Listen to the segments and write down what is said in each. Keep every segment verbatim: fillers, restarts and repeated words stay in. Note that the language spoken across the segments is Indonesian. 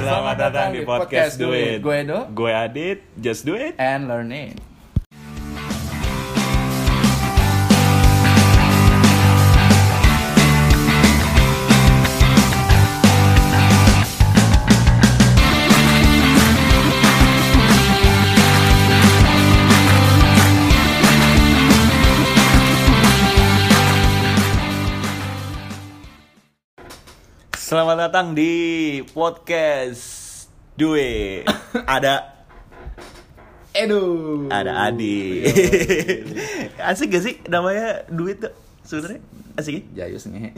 Selamat datang di podcast Do It. Gue Edo. Gue Adit. Just do it. And learn it. Selamat datang di podcast Do It. Ada Edo. Ada Adi. Asik gak sih namanya duit tuh sebenarnya? Asik ya? Jayus nih.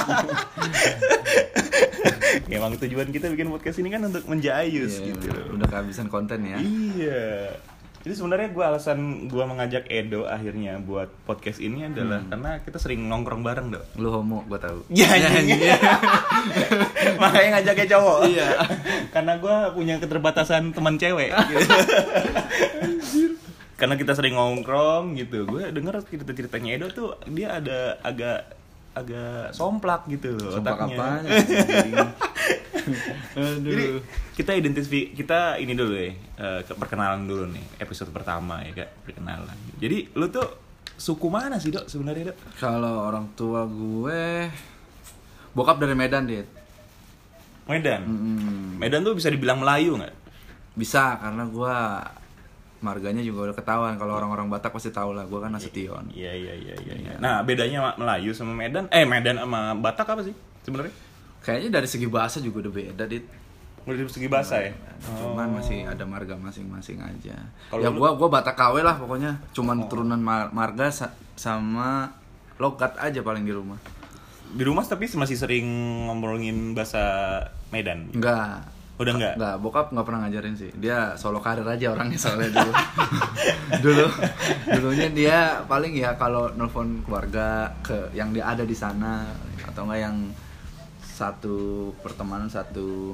Emang tujuan kita bikin podcast ini kan untuk menjayus yeah, gitu. Udah kehabisan konten ya. Iya. Jadi sebenarnya gue alasan gue mengajak Edo akhirnya buat podcast ini adalah hmm. karena kita sering nongkrong bareng, Dok. Lu homo, gue tahu. Ya, ya. Makanya ngajaknya cowok. Iya. Karena gue punya keterbatasan teman cewek. Karena kita sering nongkrong gitu. Gue denger cerita-ceritanya Edo tuh dia ada agak agak somplak gitu loh somplak otaknya. Apanya? Aduh. Jadi kita identifikasi kita ini dulu ya, uh, perkenalan dulu nih episode pertama ya kak, perkenalan. Jadi lu tuh suku mana sih Dok sebenarnya Dok? Kalau orang tua gue bokap dari Medan, Dit. Medan. Mm-hmm. Medan tuh bisa dibilang Melayu nggak? Bisa, karena gue marganya juga udah ketahuan. Kalau orang-orang Batak pasti tahu lah, gue kan Nasution. Iya iya iya iya. Ya. Nah bedanya Melayu sama Medan, eh Medan sama Batak apa sih sebenarnya? Kayaknya dari segi bahasa juga udah beda, Dit. Dari segi bahasa ya? Cuman oh. masih ada marga masing-masing aja. Kalo ya lu... gua gua Batak K W lah pokoknya. Cuman oh. turunan mar- marga sa- sama logat aja paling di rumah. Di rumah tapi masih sering ngomongin bahasa Medan? Enggak. Udah enggak? Enggak, bokap enggak pernah ngajarin sih. Dia solo karir aja orangnya soalnya dulu. dulu dulunya dia paling ya kalau nelpon keluarga ke yang dia ada di sana atau enggak yang satu pertemanan satu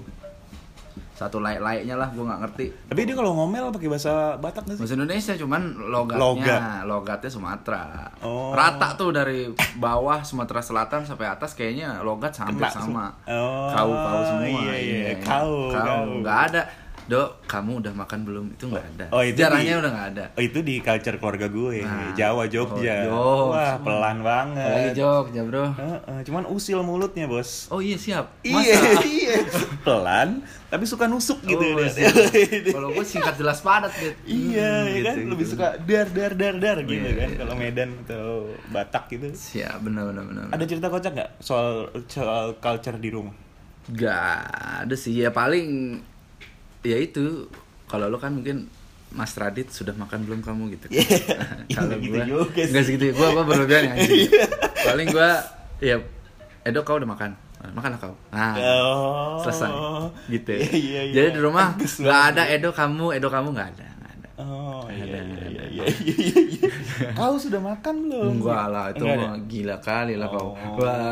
satu layak-layaknya lah, gue nggak ngerti. Tapi dia kalau ngomel pakai bahasa Batak nggak sih? Bahasa Indonesia, cuman logatnya Logat. logatnya Sumatera. Oh. Rata tuh dari bawah Sumatera Selatan sampai atas kayaknya logat hampir sama. Oh. Kau kau semua. Iya iya. iya. Kau kau nggak ada. Dok, kamu udah makan belum? Itu nggak ada. Oh, itu sejarahnya di, udah nggak ada. Oh itu di culture keluarga gue, nah, Jawa Jogja. Oh, wah pelan banget. Apalagi Jogja bro. Uh, uh, cuman usil mulutnya bos. Oh iya siap. Masa? Iya iya. Pelan, tapi suka nusuk gitu. Oh, kalau gue singkat jelas padat gitu. Iya hmm, gitu, kan, gitu. Lebih suka dar dar dar dar gitu yeah, kan. Yeah. Kalau Medan atau Batak gitu. Siap, benar benar benar. Ada cerita kocak nggak soal soal culture di rumah? Gak ada sih, ya paling ya itu. Kalau lo kan mungkin Mas Radit sudah makan belum kamu gitu. Yeah. Kalau gitu gue enggak segitu. Gue gue berlebihan anjing. Paling gue ya Edo kau udah makan. Makan lah kau. Nah, oh. selesai. Gitu. Yeah, yeah, yeah. Jadi di rumah enggak ada Edo kamu, Edo kamu enggak ada. Enggak ada. Oh, gak iya, ada, iya, iya, iya, iya, iya. Kau sudah makan belum? Enggak lah, itu mah gila kali lah kau. Oh. Wah.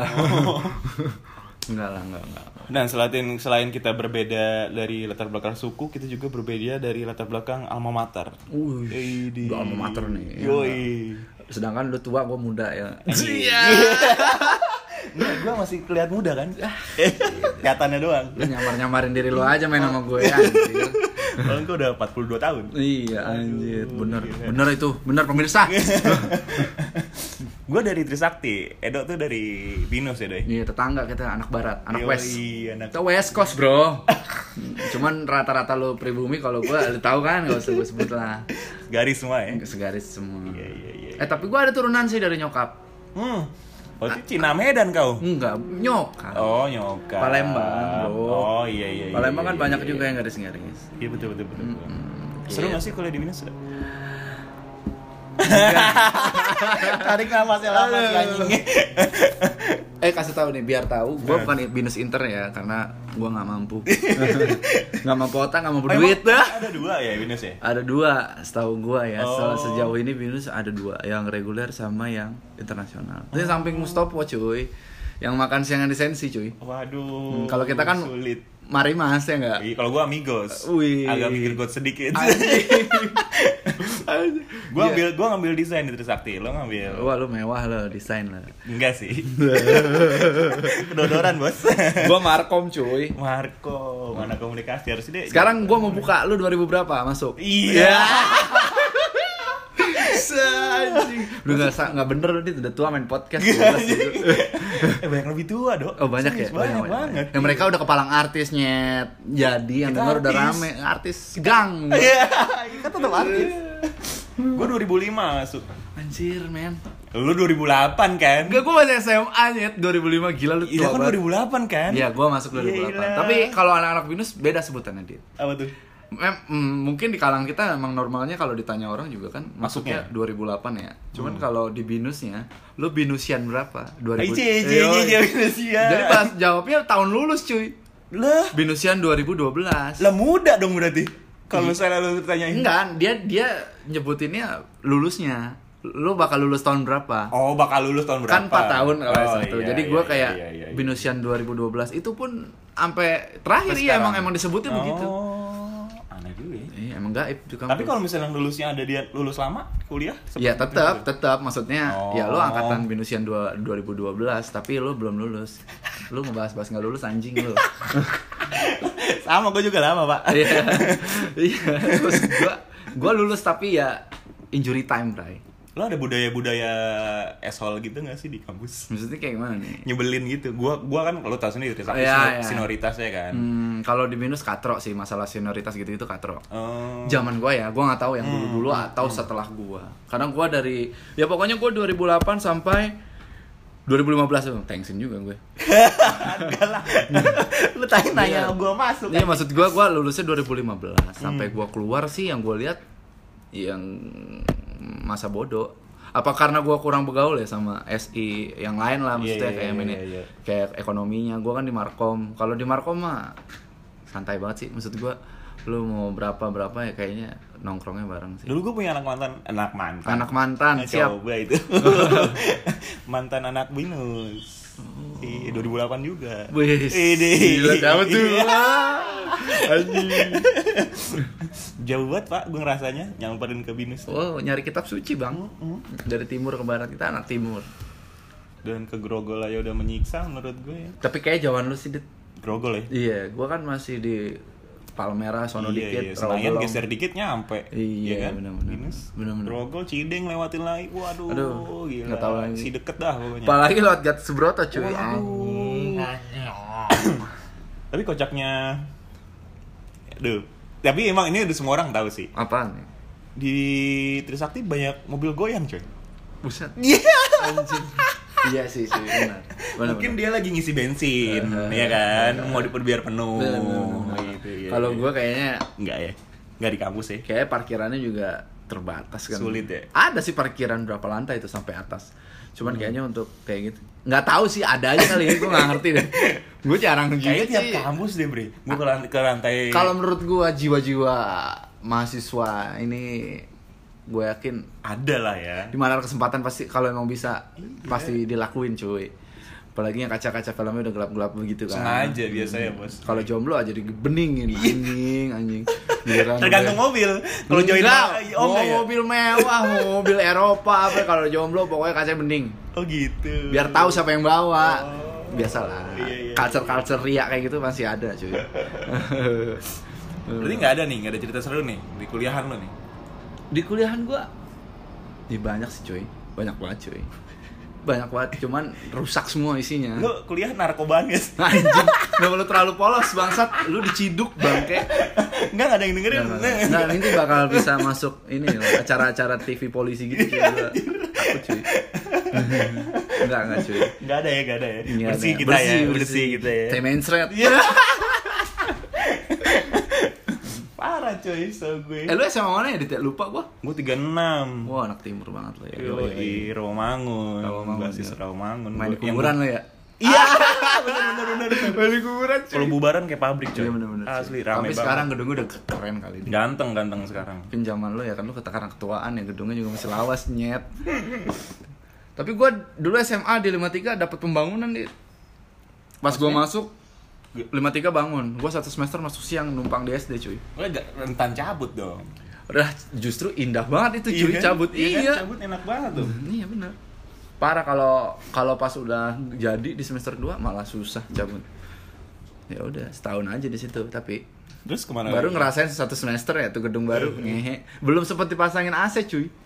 Enggak lah, enggak, enggak. Dan selain selain kita berbeda dari latar belakang suku, kita juga berbeda dari latar belakang alma mater. Uh, udah alma mater nih. Yoi. Ya, sedangkan lu tua, gua muda ya. Iya. Enggak, gua masih kelihatan muda kan? Kelihatannya doang. Lu nyamar-nyamarin diri lu aja main sama gue ya, anjir. Kalau gua udah empat puluh dua tahun. Iya, anjir. Bener. Bener itu. Bener pemirsa. Gue dari Trisakti, Edo tuh dari Binus ya doi. Iya, tetangga kita, anak barat, anak Yoi, west. Anak... Kita west coast bro. Cuman rata-rata lu pribumi, kalau gue lu tahu kan, gak usah gue sebut lah. Garis semua ya? Segaris semua. Iya, iya, iya. Eh tapi gue ada turunan sih dari nyokap. Hmm. Oh itu Cina Medan kau? Enggak, nyokap. Oh nyokap. Palembang bro. Oh iya iya. Palembang iya, kan iya, banyak iya, juga iya. yang garis-garis. Iya betul betul betul. Mm-hmm. Seru yeah. nggak sih kuliah di Binus? Tarik nafasnya lama sih anjing. Eh kasih tahu nih biar tahu, gue bukan Binus Inter ya karena gue nggak mampu, nggak mampu otak, nggak mampu oh, duit dah. Ada dua ya Binus ya? Ada dua, setahu gue ya. Oh. Sejauh ini Binus ada dua, yang reguler sama yang internasional. Itu oh. samping Mustopo cuy. Yang makan siangan di Sensi cuy. Waduh. Hmm, kalau kita kan sulit. Mari Mas ya enggak? Iya, kalau gua Amigos. Wih. Agak mikir got sedikit. Anjing. Gua ambil gua ngambil desain di Trisakti, lo ngambil. Wah, lu mewah lo desain lah. Enggak sih. Kedodoran, Bos. Gua Markom cuy. Marco, mana komunikasi harus deh. Sekarang gua mau buka, lu dua ribu berapa masuk? Iya. Anjing. Lu enggak enggak bener lu udah tua main podcast. Eh banyak lebih tua, Dok. Oh banyak ya? Banyak, banyak, banyak banget. Yang mereka udah kepalang artis nyet. Jadi yang denger udah rame artis gang. Iya, kan tetap artis. Gua dua ribu lima masuk. Anjir, men. Lu dua ribu delapan kan? Enggak, gua masih S M A nyet, dua ribu lima gila lu tua. Iya kan dua ribu delapan kan? Iya, gua masuk dua ribu delapan. Gila. Tapi kalau anak-anak binus beda sebutannya, Dit. Apa tuh? Mem, mm, mungkin di kalangan kita emang normalnya kalau ditanya orang juga kan masuknya Masuknya? dua ribu delapan ya. Cuman Hmm. kalau di binusnya, lu binusian berapa? dua ribu. Iye, iye, Yoi. iye, Binusian. Jadi pas jawabnya tahun lulus cuy. Lah, Binusian dua ribu dua belas. lah muda dong berarti. Kalau Iya. misalnya lu tanyain. Enggak, dia dia nyebutinnya lulusnya. Lu bakal lulus tahun berapa? Oh, bakal lulus tahun berapa? Kan empat tahun kalau oh, satu. iya, Jadi iya, gue iya, kayak iya, iya, iya. Binusian dua ribu dua belas itu pun sampai terakhir Sampai iya sekarang. emang emang disebutnya oh, begitu. Aneh juga ya. Iya, emang gaib tuh kampus. Tapi kalau misalnya lulusnya ada dia lulus lama kuliah? Ya seperti tetap, itu? tetap maksudnya Oh. ya lo angkatan Binusian dua ribu dua belas tapi lo belum lulus. Lo ngebahas-bahas nggak lulus anjing lo. Sama, gue juga lama, Pak. Iya. Iya, terus gua gua lulus tapi ya injury time, Bray. Lo ada budaya-budaya asshole gitu gak sih di kampus? Maksudnya kayak gimana nih? Nyebelin gitu. Gua gua kan lo tau sendiri Trisakti Iya, iya. senioritasnya kan. Hmm, kalau di Binus katro sih, masalah senioritas gitu-gitu katro. Oh. Zaman gua ya, gua nggak tahu yang dulu-dulu atau setelah gua. Karena gua dari ya pokoknya gua dua ribu delapan sampai dua ribu lima belas tuh, thanksin juga gue. Enggak lah. Lu tanya nanya Iya. gua masuk. Iya, maksud gua gua lulusnya dua ribu lima belas sampai gua keluar sih yang gua lihat yang masa bodoh. Apa karena gua kurang bergaul ya sama S I yang lain lah, maksudnya Iya, iya, kayak iya, mini, iya, iya. kayak ekonominya. Gua kan di Markom. Kalau di Markom mah santai banget sih, maksud gua lu mau berapa berapa ya kayaknya nongkrongnya bareng sih. Dulu gue punya anak mantan, anak mantan. Anak mantan, Nah, siap. Coba itu. Mantan anak binus. Iya, dua ribu delapan juga. Wih, Ini. gila siapa tuh? Iya. Anjing. Jauh banget, Pak, gue ngerasanya nyamperin ke binus. Oh, nyari kitab suci, Bang. Dari timur ke barat, kita anak timur. Dan ke Grogol aja udah menyiksa menurut gue ya. Tapi kayak jawaban lu sih, Dit. Grogol ya? Iya, gua kan masih di Palmera sono iya, dikit, iya. Senayan Rawabelong. geser dikit nyampe. Iya, kan? benar-benar. Binus. Benar-benar. Grogol, Cideng lewatin lagi. Waduh, Aduh, gila. nggak tahu lagi. Si deket dah pokoknya. Apalagi lewat Gat Subroto, cuy. Waduh. Anjing. Tapi kocaknya, aduh. Tapi emang ini udah semua orang tahu sih. Apaan nih? Di Trisakti banyak mobil goyang, coy. Buset. Iya. Anjing. Iya sih, sih, benar. Benar, Mungkin benar. dia lagi ngisi bensin, Uh, ya kan? Mau diperbiar penuh. Benar, benar, benar. Gitu, iya, Kalau iya. gua kayaknya Enggak ya. Enggak di kampus ya. kayak parkirannya juga terbatas kan. Sulit ya? Ada sih parkiran berapa lantai itu sampai atas. Cuman kayaknya untuk kayak gitu. Nggak tahu sih ada aja kali ya, gua nggak ngerti deh. Gue jarang gitu Kayaknya tiap sih. kampus deh, Bre. Gua ke lantai, ke lantai. Kalau menurut gua jiwa-jiwa mahasiswa ini gue yakin ada lah ya. di mana ada kesempatan pasti kalau emang bisa pasti dilakuin cuy. Apalagi yang kaca-kaca filmnya udah gelap-gelap begitu kan. Sengaja biasanya, Bos. Kalau jomblo aja dibeningin anjing anjing. Giliran Tergantung gue- mobil. Kalau join Enggak, oh, mau enggak ya? mobil mewah, mau mobil Eropa apa kalau jomblo pokoknya kaca bening. Oh gitu. Biar tahu siapa yang bawa. Oh. Biasalah. Iya, iya, Culture-culture ria kayak gitu masih ada cuy. Berarti nggak ada nih, nggak ada cerita seru nih di kuliahan lo nih. Di kuliahan gua ya banyak sih cuy, banyak banget cuy, banyak banget, cuman rusak semua isinya. Lo kuliah narkobaan guys? Anjing, nggak perlu terlalu polos bangsat, lu diciduk bangke. Enggak, nggak ada yang dengerin. Nah, nanti bakal bisa masuk ini loh, acara-acara T V polisi gitu cuy. Gua takut cuy. Enggak, enggak cuy. Nggak ada ya, nggak ada ya. Nggak Bersih ada. kita ya, bersih kita ya. Saya mainstream. Iya. Parah coy, so gue. Eh lu S M A mana ya? Dit? Lupa gua. Gue tiga puluh enam. Wah, anak timur banget lo ya. Yoi, Rawamangun. Rawamangun, Basis ya. Rawamangun. Main di Yang- kuburan lo ya. Iya, benar benar benar. Main di kuburan cuy. Kalau bubaran kayak pabrik coy. Iya bener-bener cuy. Asli rame Tapi banget. sekarang gedungnya udah keren kali ini. Ganteng ganteng sekarang. Mungkin zaman lo ya kan lo sekarang ketuaan ya gedungnya juga masih lawas nyet. Tapi gua dulu S M A di lima puluh tiga dapat pembangunan di Pas gue Maksudnya? masuk lima tiga bangun. Gue satu semester masuk siang numpang di S D cuy. Gue agak rentan cabut dong. Udah justru indah banget itu cuy, Iya kan? cabut. Iya, Iya. kan? Cabut enak banget tuh. Hmm, iya benar. Parah kalau kalau pas udah jadi di semester dua malah susah cabut. Ya udah setahun aja di situ tapi Terus kemana? baru lagi? ngerasain satu semester ya tuh gedung baru ngehe. Belum sempet dipasangin A C cuy.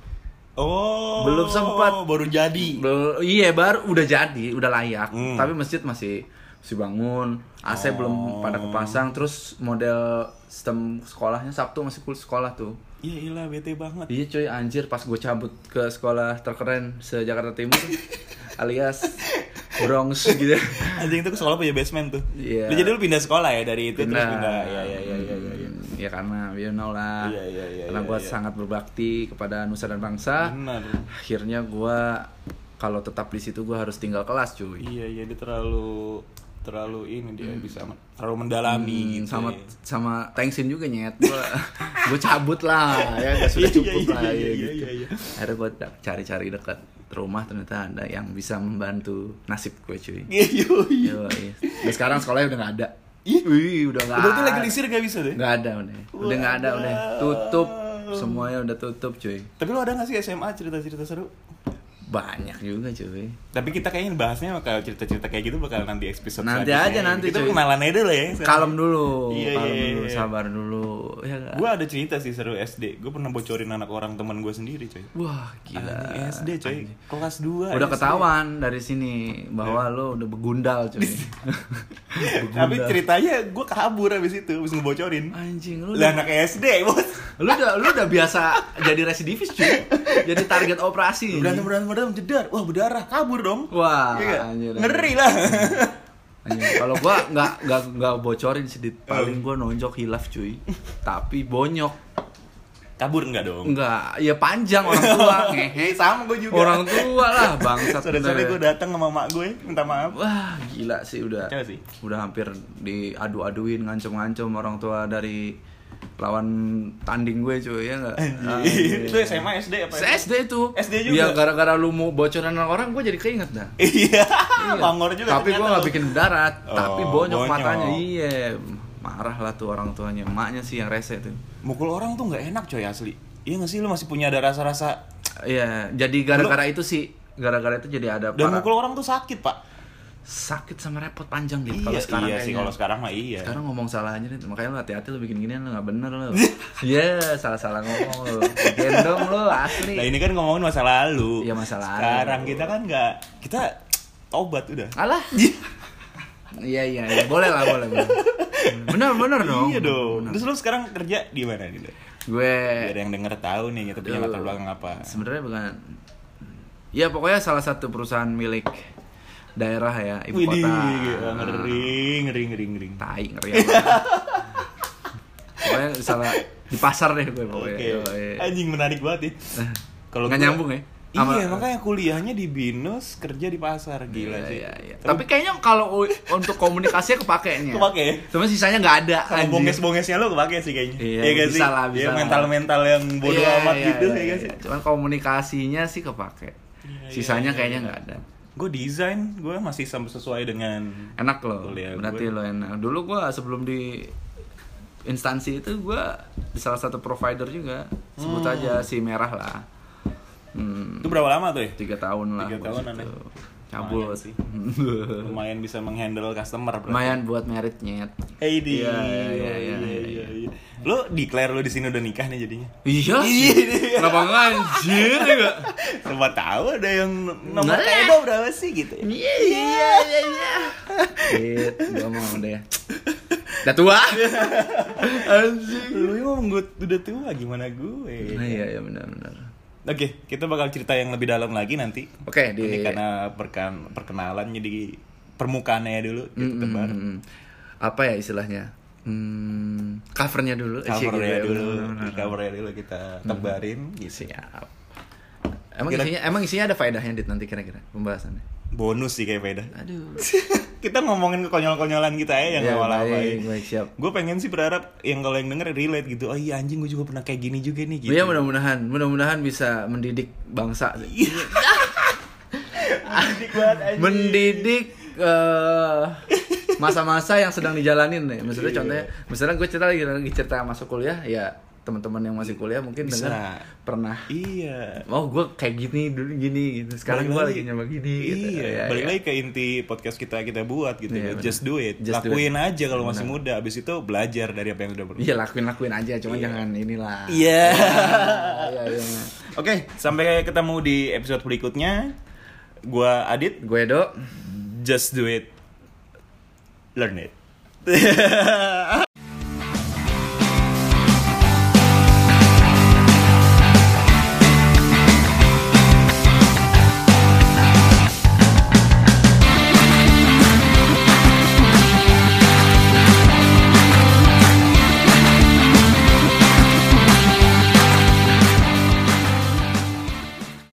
Oh. Belum sempat. Baru jadi. Belum, iya baru udah jadi, udah layak. Hmm. Tapi masjid masih masih bangun, A C Oh. belum pada kepasang. Terus model sistem sekolahnya Sabtu masih full sekolah tuh. Iya ilah bete banget. Iya cuy, anjir pas gue cabut ke sekolah terkeren se-Jakarta Timur alias Bronx gitu. Anjing itu ke sekolah punya basement tuh. Iya. Lu jadi lu pindah sekolah ya dari itu terus Pindah. pindah. Iya iya iya iya iya. Hmm, Ya karena you know lah. Iya, iya, iya, karena iya, gue iya. sangat berbakti kepada nusa dan bangsa. Benar. Akhirnya gue kalau tetap di situ gue harus tinggal kelas cuy. Iya iya dia terlalu terlalu ini dia bisa terlalu mendalami Hmm, gitu. sama ya. sama thanksin juga nyet gue gue cabut lah ya udah sudah Iya, cukup iya, lah iya, ya iya, gitu iya, iya. akhirnya gue cari-cari dekat rumah ternyata ada yang bisa membantu nasib gue cuy. Iya iya. iya. Yoi. Dan sekarang sekolahnya udah nggak ada. Ih. Wih, udah nggak. Berarti legalisir gak bisa deh. Nggak ada udah. Udah nggak ada udah. Tutup. Semuanya udah tutup cuy. Tapi lu ada gak sih S M A cerita-cerita seru? Banyak juga cuy. Tapi kita kayaknya bahasnya bakal cerita-cerita kayak gitu bakal nanti episode Nanti selanjutnya. aja, nanti, Kita cuy. kenalan aja dulu ya. Kalem dulu. Iya, Kalem iya, dulu, iya. sabar dulu. Ya nggak? Gue ada cerita sih seru S D. Gue pernah bocorin anak orang teman gue sendiri, coy. Wah, gila. Anjing, S D, coy. Kelas dua. Udah S D. ketahuan dari sini bahwa lo udah begundal cuy. Tapi ceritanya gue kabur abis itu, abis ngebocorin. Anjing lu Lah udah, anak S D, bos. lu udah lu udah biasa jadi residivis cuy. Jadi target operasi. Berantem berantem berantem jedar. Wah berdarah, kabur dong. Wah, Iya nggak? anjir, anjir. Ngeri lah. Anjing, kalau gua nggak nggak nggak bocorin sih, Dit. Paling gua nonjok hilaf cuy. Tapi bonyok. Kabur enggak dong? Enggak, ya panjang orang tua ngehe. Sama gue juga. Orang tua lah bangsat. Sore-sore bener. gue datang sama mak gue minta maaf. Wah, gila sih udah. Coba sih. Udah hampir diadu-aduin, ngancem-ngancem orang tua dari lawan tanding gue cuy ya enggak. Itu S M A S D apa? S D itu. S D juga? Ya gara-gara lu mau bocoran orang gue jadi keinget dah. Iya, Iya. Bangor juga. Tapi gue ternyata nggak lo. bikin darat, Oh, tapi bonyok, bonyok. matanya. Iya, marah lah tuh orang tuanya. Emaknya sih yang rese tuh. Mukul orang tuh nggak enak coy asli. Iya nggak sih lu masih punya ada rasa-rasa Iya, jadi gara-gara itu sih, gara-gara itu jadi ada dan para- mukul orang tuh sakit pak. sakit sama repot panjang gitu. Iya, Kalau sekarang iya sih kayaknya. kalau sekarang mah iya. Sekarang ngomong salah aja nih, makanya lu hati-hati lu bikin ginian lu nggak bener lu. Iya, salah-salah ngomong lu. Gendong lu asli. Nah ini kan ngomongin masa lalu. Iya, masa lalu. Sekarang kita kan nggak kita tobat udah. Alah. Iya iya iya, boleh lah, boleh boleh. Bener bener dong. Iya dong. Bener. Terus lu sekarang kerja di mana gitu? Gue Biar yang denger tahu nih kita punya Aduh. latar belakang apa. sebenarnya bukan. Ya pokoknya salah satu perusahaan milik daerah ya, ibu Widih, kota. gila, ngeri, ngeri, ngeri, ngeri. Tai ngeri amat. Pokoknya salah di pasar deh gue pokoknya. Oke. Yoi. Anjing menarik banget ya. Kalau Nggak gua- nyambung ya? Sama- Iya, makanya kuliahnya di Binus, kerja di pasar. Gila Iya, sih. iya, iya. Tapi kayaknya kalau u- untuk komunikasinya kepakainya. Kepake ya? Cuma sisanya nggak ada. Sama anjir. bonges-bongesnya lo kepake sih kayaknya. Iya, nggak bisa sih? lah, bisa Iya, lah. mental-mental yang bodoh Iya, amat iya, gitu iya, ya iya. guys. Cuman komunikasinya sih kepake. Iya, Sisanya iya, kayaknya iya. nggak ada. Gue desain, gue masih sam- sesuai dengan Enak loh. Kuliah Berarti gue. lo enak. Dulu gue sebelum di instansi itu gue di salah satu provider juga. Sebut Hmm. aja si Merah lah. Hmm, itu berapa lama tuh ya? tiga tahun lah. Tiga gua tahunan situ. ya. Cabut. Lumayan sih. Lumayan bisa menghandle customer berarti. Lumayan buat merit nyet. Hey di. Iya, iya, iya, iya, iya. Lo declare lo di sini udah nikah nih jadinya. Iya. Iya. Kenapa nggak anjir ya? Sempat tahu ada yang nomor Nah. Edo berapa sih gitu ya? Iya iya iya iya. Git, gua mau deh. Udah tua. Anjing. Lu emang gue udah tua gimana gue? Nah, iya iya benar benar. Oke, kita bakal cerita yang lebih dalam lagi nanti. Oke, di Ini karena perkan perkenalan jadi permukaannya dulu kita Mm, tebar. mm, mm. Apa ya istilahnya? Hmm, covernya dulu. Covernya Gitu, dulu, benar, benar. di covernya dulu kita tebarin gitu. Siap. Emang Kira- isinya emang isinya ada faedahnya Dit nanti kira-kira pembahasannya. Bonus sih kayak beda. Aduh. Kita ngomongin kekonyol-konyolan kita ya yang Ya, awal-awal. baik, baik, siap. Gue pengen sih berharap yang kalau yang denger relate gitu. Oh iya anjing gue juga pernah kayak gini juga nih gitu. Iya mudah-mudahan, mudah-mudahan bisa mendidik bangsa. Mendidik banget anjing. Mendidik eh masa-masa yang sedang dijalanin nih. Misalnya contohnya, misalnya gue cerita lagi lagi cerita masuk kuliah, ya teman-teman yang masih kuliah mungkin Bisa. dengar pernah. Iya. Oh, gue kayak gini dulu gini gitu. Sekarang gue lagi nyoba gini gitu. Iya, ya, balik ya. lagi ke inti podcast kita kita buat gitu. Iya, Just do it. Just do Lakuin it. aja kalau masih Benar. muda. Abis itu belajar dari apa yang udah pernah. Iya, lakuin-lakuin aja, cuman Iya. jangan inilah. Iya. Iya, iya. Oke, sampai ketemu di episode berikutnya. Gua Adit, Gue Do. just do it. Learn it.